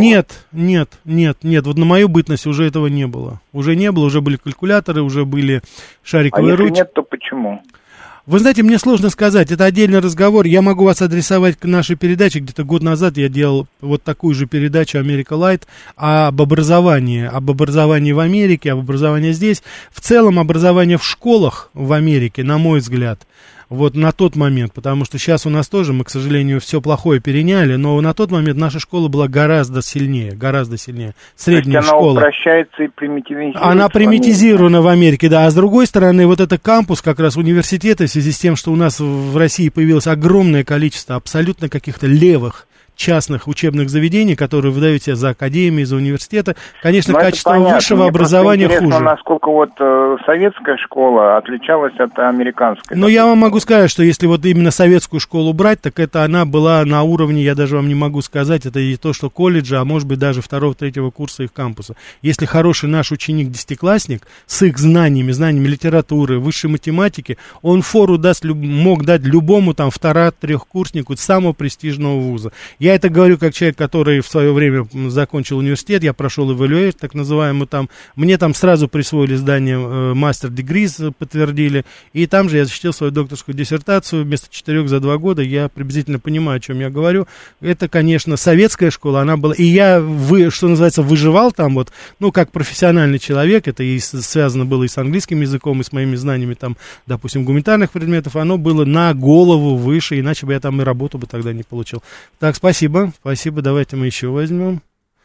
Нет. Вот на мою бытность уже этого не было. Уже были калькуляторы, уже были шариковые ручки. А если нет, то почему? Вы знаете, мне сложно сказать, это отдельный разговор, я могу вас адресовать к нашей передаче, где-то год назад я делал вот такую же передачу «Америка Лайт» об образовании в Америке, об образовании здесь. В целом образование в школах в Америке, на мой взгляд, вот на тот момент, потому что сейчас у нас тоже, мы, к сожалению, все плохое переняли, но на тот момент наша школа была гораздо сильнее. Средняя школа. Она упрощается и примитивизируется. Она примитивизирована в Америке, да. А с другой стороны, вот это кампус, как раз университета, в связи с тем, что у нас в России появилось огромное количество абсолютно каких-то левых, частных учебных заведений, которые выдают себя за академии, за университеты, конечно, качество высшего образования хуже. Насколько вот советская школа отличалась от американской? Ну, я вам могу сказать, что если вот именно советскую школу брать, так это она была на уровне, я даже вам не могу сказать, это и то, что колледжа, а может быть даже 2-3 курса их кампуса. Если хороший наш ученик-десятиклассник с их знаниями литературы, высшей математики, он фору мог дать любому там 2-3-курснику самого престижного вуза. Я это говорю как человек, который в свое время закончил университет, я прошел evaluate, так называемый там, мне там сразу присвоили здание Master Degrees, подтвердили, и там же я защитил свою докторскую диссертацию вместо 4 за 2 года, я приблизительно понимаю, о чем я говорю. Это, конечно, советская школа, она была, и я, что называется, выживал там вот, ну, как профессиональный человек, это и связано было и с английским языком, и с моими знаниями там, допустим, гуманитарных предметов, оно было на голову выше, иначе бы я там и работу бы тогда не получил. Так, спасибо, давайте мы еще возьмем.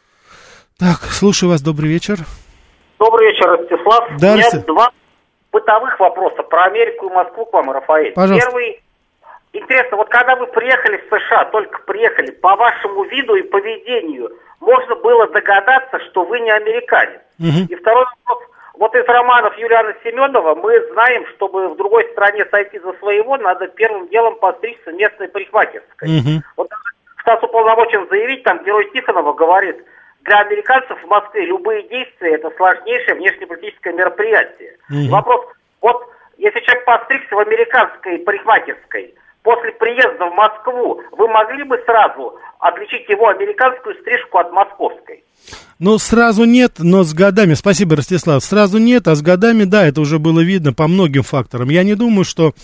Так, слушаю вас, добрый вечер. Добрый вечер, Ростислав. Да, у меня 2 бытовых вопроса про Америку и Москву к вам, Рафаэль. Пожалуйста. Первый, интересно, вот когда вы приехали в США, только приехали, по вашему виду и поведению можно было догадаться, что вы не американец. И второй вопрос. Вот из романов Юлиана Семенова мы знаем, чтобы в другой стране сойти за своего, надо первым делом постричься местной парикмахерской. Вот Стас уполномочен заявить, там герой Тихонова говорит, для американцев в Москве любые действия – это сложнейшее внешнеполитическое мероприятие. Вопрос, вот если человек постригся в американской парикмахерской, после приезда в Москву вы могли бы сразу отличить его американскую стрижку от московской? Ну, сразу нет, но с годами, спасибо, Ростислав, сразу нет, а с годами, да, это уже было видно по многим факторам. Я не думаю, что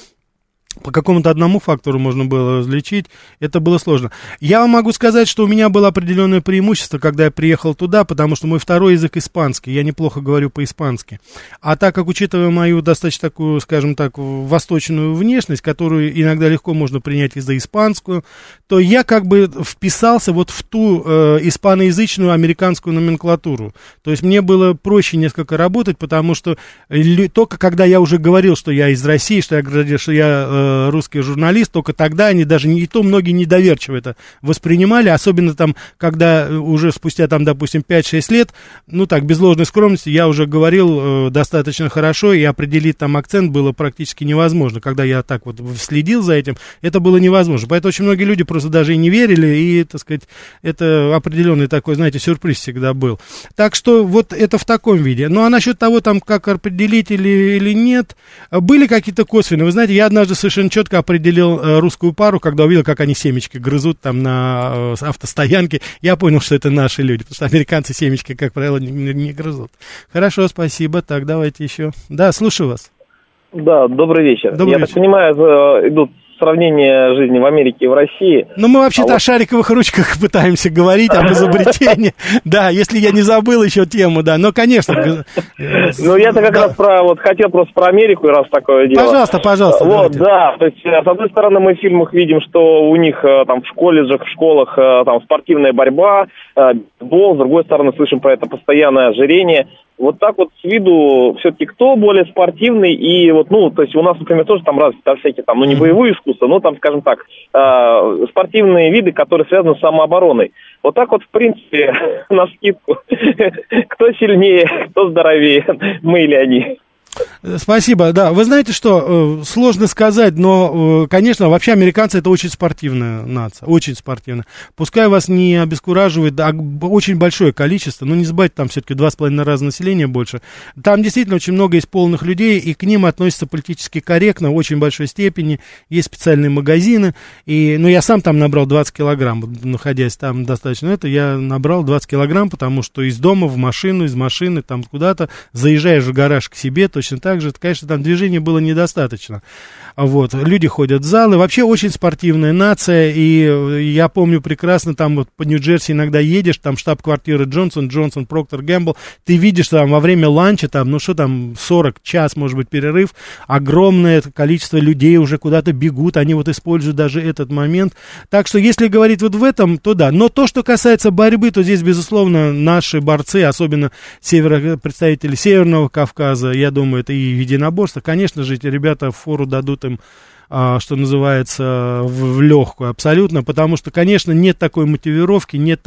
по какому-то одному фактору можно было различить, это было сложно. Я вам могу сказать, что у меня было определенное преимущество, когда я приехал туда, потому что мой второй язык испанский, я неплохо говорю по-испански. А так как, учитывая мою достаточно такую, скажем так, восточную внешность, которую иногда легко можно принять и за испанскую, то я как бы вписался вот в ту испаноязычную американскую номенклатуру. То есть мне было проще несколько работать, потому что только когда я уже говорил, что я из России, что я русский журналист, только тогда они даже не то, многие недоверчиво это воспринимали, особенно там, когда уже спустя там, допустим, 5-6 лет, ну так, без ложной скромности, я уже говорил достаточно хорошо, и определить там акцент было практически невозможно. Когда я так вот следил за этим, это было невозможно. Поэтому очень многие люди просто даже и не верили, и, так сказать, это определенный такой, знаете, сюрприз всегда был. Так что вот это в таком виде. Ну, а насчет того, там, как определить или нет, были какие-то косвенные. Вы знаете, я однажды совершенно четко определил русскую пару, когда увидел, как они семечки грызут там на автостоянке. Я понял, что это наши люди, потому что американцы семечки, как правило, не грызут. Хорошо, спасибо. Так, давайте еще. Да, слушаю вас. Да, добрый вечер. Я так понимаю, идут сравнение жизни в Америке и в России. Ну, мы вообще-то о шариковых ручках пытаемся говорить, об изобретении. Да, если я не забыл еще тему, да, но, конечно. Ну, я-то как раз хотел просто про Америку, раз такое дело. Пожалуйста. Вот, да, то есть, с одной стороны, мы в фильмах видим, что у них там в колледжах, в школах там спортивная борьба, бейсбол, с другой стороны, слышим про это постоянное ожирение. Вот так вот с виду все-таки кто более спортивный и вот, ну, то есть у нас, например, тоже там развиты всякие там, ну, не боевые искусства, но там, скажем так, спортивные виды, которые связаны с самообороной. Вот так вот, в принципе, навскидку, кто сильнее, кто здоровее, мы или они. Спасибо, да. Вы знаете, что сложно сказать, но, конечно, вообще американцы это очень спортивная нация, очень спортивная. Пускай вас не обескураживает, очень большое количество, но не забывайте, там все-таки 2,5 раза населения больше. Там действительно очень много есть полных людей, и к ним относятся политически корректно, в очень большой степени. Есть специальные магазины, ну, я сам там набрал 20 килограмм, находясь там достаточно, я набрал 20 килограмм, потому что из дома в машину, из машины там куда-то, заезжаешь в гараж к себе, точно так же, конечно, там движения было недостаточно. Вот, люди ходят в залы, вообще очень спортивная нация, и я помню прекрасно, там вот по Нью-Джерси иногда едешь, там штаб-квартира Джонсон, Проктор Гэмбл, ты видишь там во время ланча, там, ну что там, 40 час, может быть, перерыв, огромное количество людей уже куда-то бегут, они вот используют даже этот момент. Так что, если говорить вот в этом, то да. Но то, что касается борьбы, то здесь, безусловно, наши борцы, особенно представители Северного Кавказа, я думаю, это и в единоборствах, конечно же, эти ребята фору дадут им что называется, в легкую абсолютно, потому что, конечно, нет такой мотивировки, нет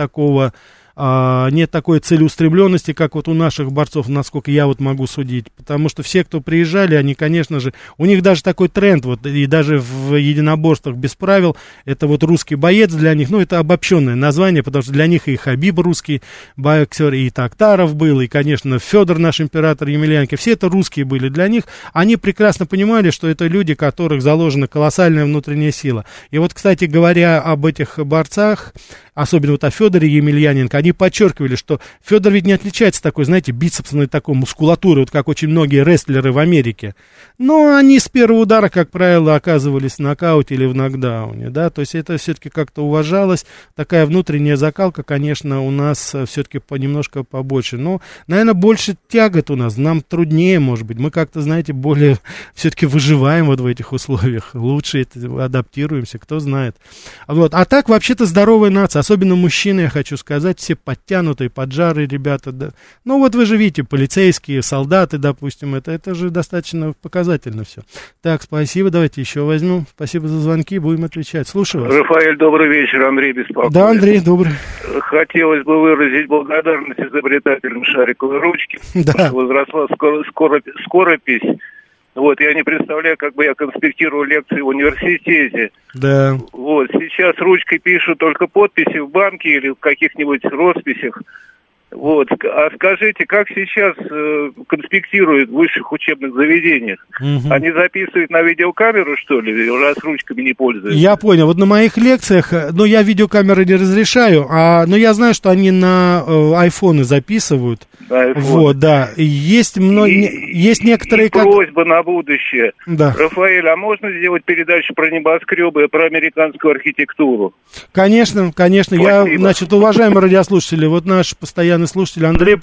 такой целеустремленности, как вот у наших борцов, насколько я вот могу судить, потому что все, кто приезжали, они, конечно же, у них даже такой тренд, вот, и даже в единоборствах без правил, это вот русский боец для них, ну, это обобщенное название, потому что для них и Хабиб русский боксер, и Токтаров был, и, конечно, Федор, наш император Емельяненко, все это русские были для них, они прекрасно понимали, что это люди, у которых заложена колоссальная внутренняя сила. И вот, кстати говоря, об этих борцах, особенно вот о Федоре Емельяненко, они подчеркивали, что Федор ведь не отличается такой, знаете, бицепсной такой мускулатурой, вот как очень многие рестлеры в Америке. Но они с первого удара, как правило, оказывались в нокауте или в нокдауне, да, то есть это все-таки как-то уважалось. Такая внутренняя закалка, конечно, у нас все-таки немножко побольше. Но, наверное, больше тягот у нас, нам труднее, может быть. Мы как-то, знаете, более все-таки выживаем вот в этих условиях, лучше адаптируемся, кто знает. Вот. А так, вообще-то, здоровая нация, особенно мужчины, я хочу сказать, все подтянутые, поджарые ребята, да. Ну, вот вы же видите, полицейские, солдаты, допустим, это же достаточно показательно все. Так, спасибо, давайте еще возьмем. Спасибо за звонки, будем отвечать. Слушаю вас. Рафаэль, добрый вечер, Андрей беспокоит. Да, Андрей, добрый. Хотелось бы выразить благодарность изобретателям шариковой ручки, потому что возросла скоропись. Вот, я не представляю, как бы я конспектировал лекции в университете. Да. Вот, сейчас ручкой пишут только подписи в банке или в каких-нибудь росписях. Вот, а скажите, как сейчас конспектируют в высших учебных заведениях? Угу. Они записывают на видеокамеру, что ли, раз ручками не пользуются? Я понял. Вот на моих лекциях, ну, я видеокамеры не разрешаю, но я знаю, что они на айфоны записывают. Вот, да. Есть некоторые... Просьба на будущее. Да. Рафаэль, а можно сделать передачу про небоскребы, про американскую архитектуру? Конечно, конечно. Спасибо. Я, значит, уважаемые радиослушатели, вот наш постоянный слушатель Андрей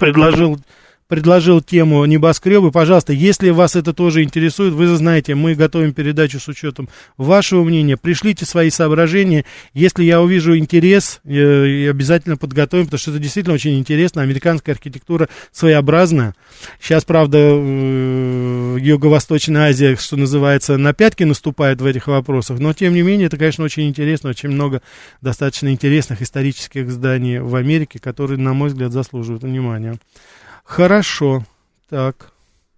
предложил тему небоскребы. Пожалуйста, если вас это тоже интересует, вы знаете, мы готовим передачу с учетом вашего мнения. Пришлите свои соображения. Если я увижу интерес, обязательно подготовим, потому что это действительно очень интересно. Американская архитектура своеобразная. Сейчас, правда, Юго-Восточная Азия, что называется, на пятки наступает в этих вопросах. Но, тем не менее, это, конечно, очень интересно. Очень много достаточно интересных исторических зданий в Америке, которые, на мой взгляд, заслуживают внимания. Хорошо, так,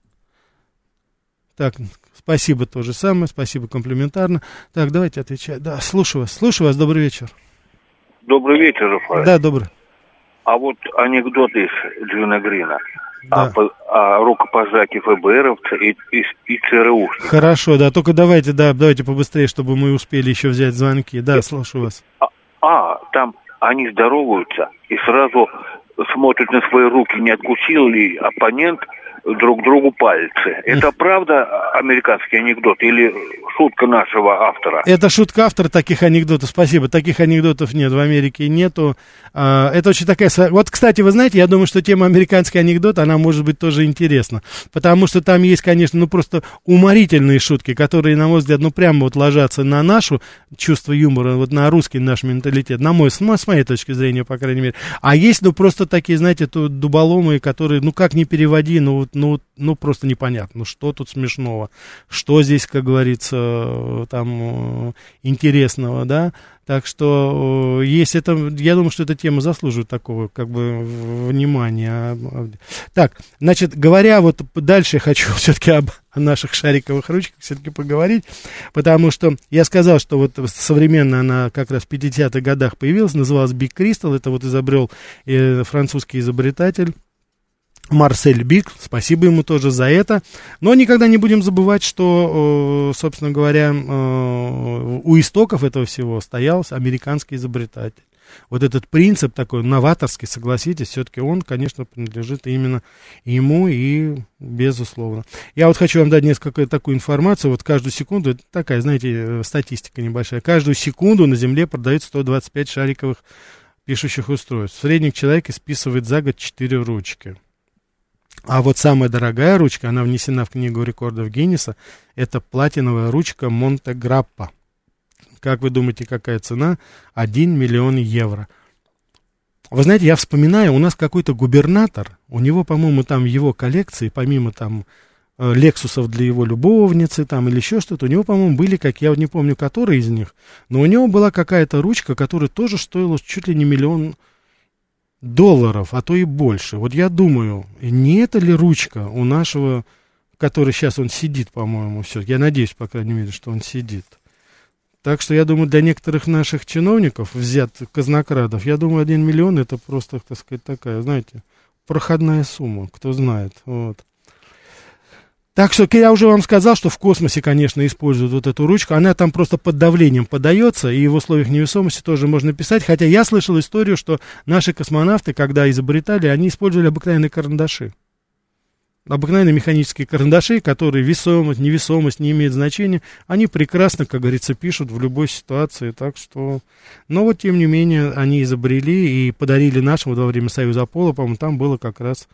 спасибо то же самое, спасибо комплиментарно. Так, давайте отвечать. Да, слушаю вас, добрый вечер. Добрый вечер, Рафаэль. Да, добрый. А вот анекдот из Джина Грина, да. о рукопожатии ФБРовца и ЦРУ. Хорошо, да, только давайте побыстрее, чтобы мы успели еще взять звонки. Да, слушаю вас. Там они здороваются и сразу смотрят на свои руки, не откусил ли оппонент друг другу пальцы. Это правда американский анекдот или шутка нашего автора? Это шутка автора таких анекдотов, спасибо. Таких анекдотов нет, в Америке нету. Это очень такая... Вот, кстати, вы знаете, я думаю, что тема американский анекдот, она может быть тоже интересна. Потому что там есть, конечно, просто уморительные шутки, которые, на мой взгляд, прямо вот ложатся на наше чувство юмора, вот на русский наш менталитет, с моей точки зрения, по крайней мере. А есть, просто такие, знаете, дуболомые, которые, как ни переводи, просто непонятно, что тут смешного, что здесь, как говорится, там интересного, да. Так что есть это, я думаю, что эта тема заслуживает такого, внимания. Так, значит, говоря вот дальше, я хочу все-таки о наших шариковых ручках все-таки поговорить, потому что я сказал, что вот современно она как раз в 50-х годах появилась, называлась Big Crystal, это вот изобрел французский изобретатель Марсель Бик, спасибо ему тоже за это. Но никогда не будем забывать, что, собственно говоря, у истоков этого всего стоял американский изобретатель. Вот этот принцип такой новаторский, согласитесь, все-таки он, конечно, принадлежит именно ему и безусловно. Я вот хочу вам дать несколько такую информацию. Вот каждую секунду, это такая, знаете, статистика небольшая. Каждую секунду на Земле продают 125 шариковых пишущих устройств. Средний человек исписывает за год 4 ручки. А вот самая дорогая ручка, она внесена в книгу рекордов Гиннесса, это платиновая ручка Монте Граппа. Как вы думаете, какая цена? 1 миллион евро. Вы знаете, я вспоминаю, у нас какой-то губернатор, у него, по-моему, там в его коллекции, помимо там лексусов для его любовницы там или еще что-то. У него, по-моему, были, я вот не помню, которые из них, но у него была какая-то ручка, которая тоже стоила чуть ли не $1 миллион, а то и больше. Вот я думаю, не это ли ручка у нашего, который сейчас он сидит, по-моему, все. Я надеюсь, по крайней мере, что он сидит. Так что я думаю, для некоторых наших чиновников, казнокрадов, я думаю, 1 миллион это просто, так сказать, такая, знаете, проходная сумма, кто знает. Вот. Так что я уже вам сказал, что в космосе, конечно, используют вот эту ручку. Она там просто под давлением подается, и в условиях невесомости тоже можно писать. Хотя я слышал историю, что наши космонавты, когда изобретали, они использовали обыкновенные карандаши. Обыкновенные механические карандаши, которые весомость, невесомость не имеет значения. Они прекрасно, как говорится, пишут в любой ситуации. Так что... Но вот, тем не менее, они изобрели и подарили нашим во время Союза Аполло. По-моему, там было как раз...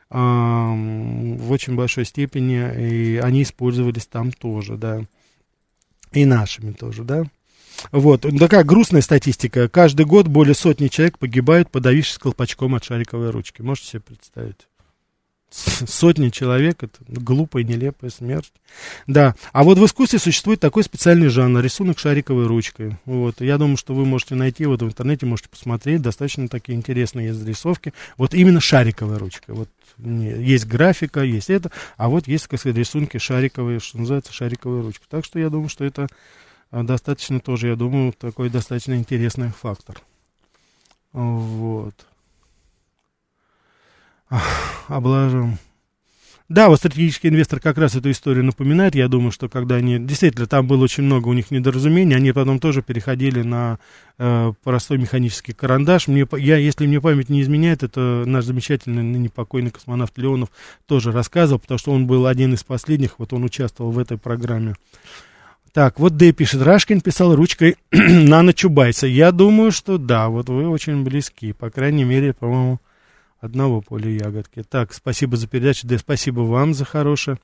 в очень большой степени, и они использовались там тоже, да, и нашими тоже, да. Вот, такая грустная статистика. Каждый год более 100 человек погибают, подавившись колпачком от шариковой ручки. Можете себе представить? 100 человек, это глупая, нелепая смерть. Да, а вот в искусстве существует такой специальный жанр, рисунок шариковой ручкой. Вот, я думаю, что вы можете найти вот в интернете, можете посмотреть, достаточно такие интересные зарисовки. Вот именно шариковой ручкой. Вот есть графика, есть это, а вот есть, как сказать, рисунки шариковые, что называется, шариковая ручка. Так что я думаю, что это достаточно тоже, я думаю, такой достаточно интересный фактор. Вот. Облажим. Да, вот стратегический инвестор как раз эту историю напоминает. Я думаю, что когда они... Действительно, там было очень много у них недоразумений. Они потом тоже переходили на простой механический карандаш. Если мне память не изменяет, это наш замечательный, ныне покойный космонавт Леонов тоже рассказывал, потому что он был один из последних, вот он участвовал в этой программе. Так, вот Д пишет, Рашкин писал ручкой Нана Чубайса. Я думаю, что да, вот вы очень близки. По крайней мере, по-моему... Одного поля ягодки. Так, спасибо за передачу, да, спасибо вам за хорошее.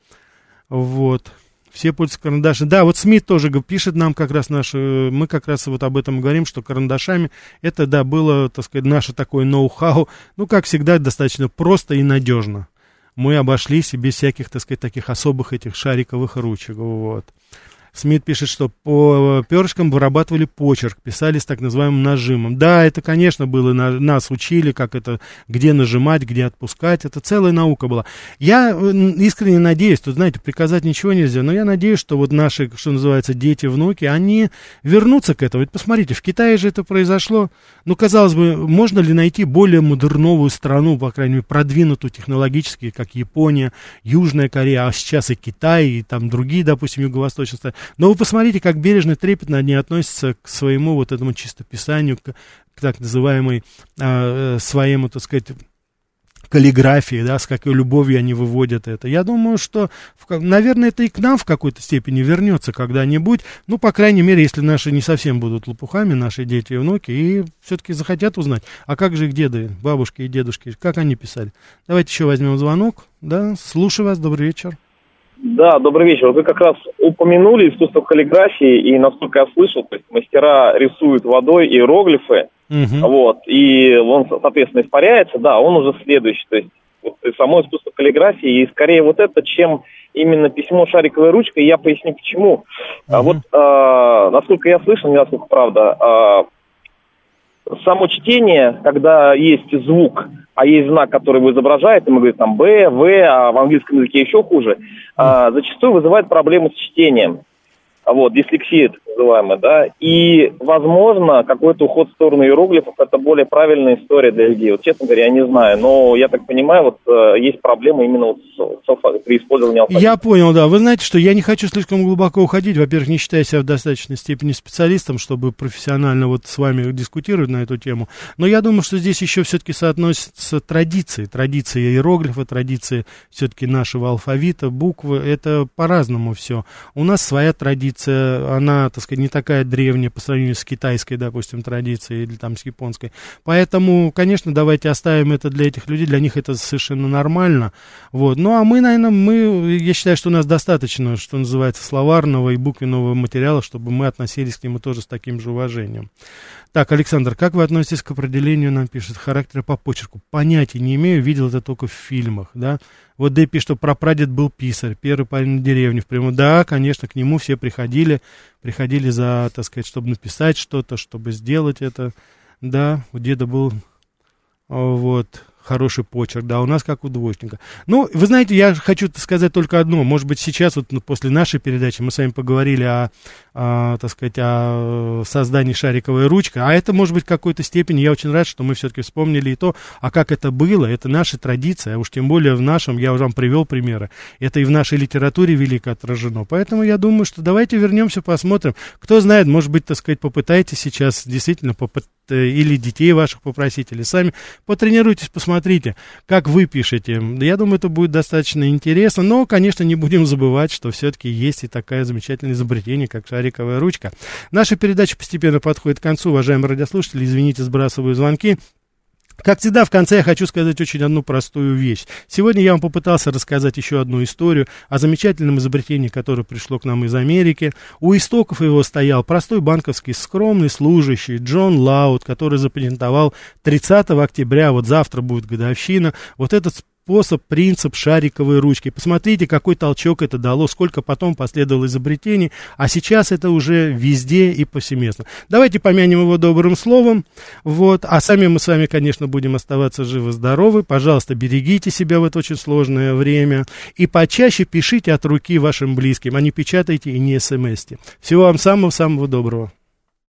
Вот. Все пользуются карандашами. Да, вот Смит тоже пишет нам как раз мы как раз вот об этом говорим, что карандашами это, да, было, так сказать, наше такое ноу-хау. Ну, как всегда, достаточно просто и надежно. Мы обошлись и без всяких, так сказать, таких особых этих шариковых ручек. Вот. Смит пишет, что по перышкам вырабатывали почерк, писали с так называемым нажимом. Да, это, конечно, было, нас учили, как это, где нажимать, где отпускать, это целая наука была. Я искренне надеюсь, тут, знаете, приказать ничего нельзя, но я надеюсь, что вот наши, что называется, дети, внуки, они вернутся к этому. Ведь посмотрите, в Китае же это произошло, ну, казалось бы, можно ли найти более модерновую страну, по крайней мере, продвинутую технологически, как Япония, Южная Корея, а сейчас и Китай, и там другие, допустим, юго-восточные страны. Но вы посмотрите, как бережно, трепетно они относятся к своему вот этому чистописанию, к так называемой своему, так сказать, каллиграфии, да, с какой любовью они выводят это. Я думаю, что, наверное, это и к нам в какой-то степени вернется когда-нибудь, ну, по крайней мере, если наши не совсем будут лопухами, наши дети и внуки, и все-таки захотят узнать, а как же их деды, бабушки и дедушки, как они писали. Давайте еще возьмем звонок, да, слушаю вас, добрый вечер. Да, добрый вечер. Вы как раз упомянули искусство каллиграфии, и, насколько я слышал, то есть мастера рисуют водой иероглифы, вот, и он, соответственно, испаряется, да, он уже следующий, то есть вот, само искусство каллиграфии, и скорее вот это, чем именно письмо шариковой ручкой, я поясню почему. Вот, насколько я слышал, не насколько правда, само чтение, когда есть звук, а есть знак, который его изображает, и мы говорим там Б, В, а в английском языке еще хуже, зачастую вызывает проблемы с чтением. Вот, дислексия, так называемая, да, и, возможно, какой-то уход в сторону иероглифов – это более правильная история для людей. Вот, честно говоря, я не знаю, но, я так понимаю, вот, есть проблемы именно вот при использовании алфавита. Я понял, да. Вы знаете, что я не хочу слишком глубоко уходить, во-первых, не считая себя в достаточной степени специалистом, чтобы профессионально вот с вами дискутировать на эту тему, но я думаю, что здесь еще все-таки соотносятся традиции иероглифа, традиции все-таки нашего алфавита, буквы, это по-разному все. У нас своя традиция, она, так сказать, не такая древняя по сравнению с китайской, допустим, традицией или там с японской. Поэтому, конечно, давайте оставим это для этих людей, для них это совершенно нормально. Вот. Ну, а мы, наверное, я считаю, что у нас достаточно, что называется, словарного и буквенного материала, чтобы мы относились к нему тоже с таким же уважением. Так, Александр, как вы относитесь к определению, нам пишет, характера по почерку? Понятия не имею, видел это только в фильмах, да. Вот Дэй пишет, что прапрадед был писарь, первый парень на деревне в Приморье. Да, конечно, к нему все приходили за, так сказать, чтобы написать что-то, чтобы сделать это. Да, у деда был вот хороший почерк, да, у нас как у двоечника. Ну, вы знаете, я хочу сказать только одно. Может быть, сейчас, вот после нашей передачи, мы с вами поговорили так сказать, о создании шариковой ручки, а это, может быть, в какой-то степени, я очень рад, что мы все-таки вспомнили и то, а как это было, это наша традиция, а уж тем более в нашем, я уже вам привел примеры, это и в нашей литературе велико отражено. Поэтому я думаю, что давайте вернемся, посмотрим. Кто знает, может быть, так сказать, попытайтесь сейчас действительно или детей ваших попросить, или сами потренируйтесь, посмотрите, как вы пишете. Я думаю, это будет достаточно интересно, но, конечно, не будем забывать, что все-таки есть и такое замечательное изобретение, как шариковая ручка. Наша передача постепенно подходит к концу, уважаемые радиослушатели, извините, сбрасываю звонки. Как всегда, в конце я хочу сказать очень одну простую вещь. Сегодня я вам попытался рассказать еще одну историю о замечательном изобретении, которое пришло к нам из Америки. У истоков его стоял простой банковский скромный служащий Джон Лаут, который запатентовал 30 октября, вот завтра будет годовщина, вот этот способ, принцип шариковой ручки. Посмотрите, какой толчок это дало, сколько потом последовало изобретений, а сейчас это уже везде и повсеместно. Давайте помянем его добрым словом, вот, а сами мы с вами, конечно, будем оставаться живы-здоровы. Пожалуйста, берегите себя в это очень сложное время и почаще пишите от руки вашим близким, а не печатайте и не смс-те. Всего вам самого-самого доброго.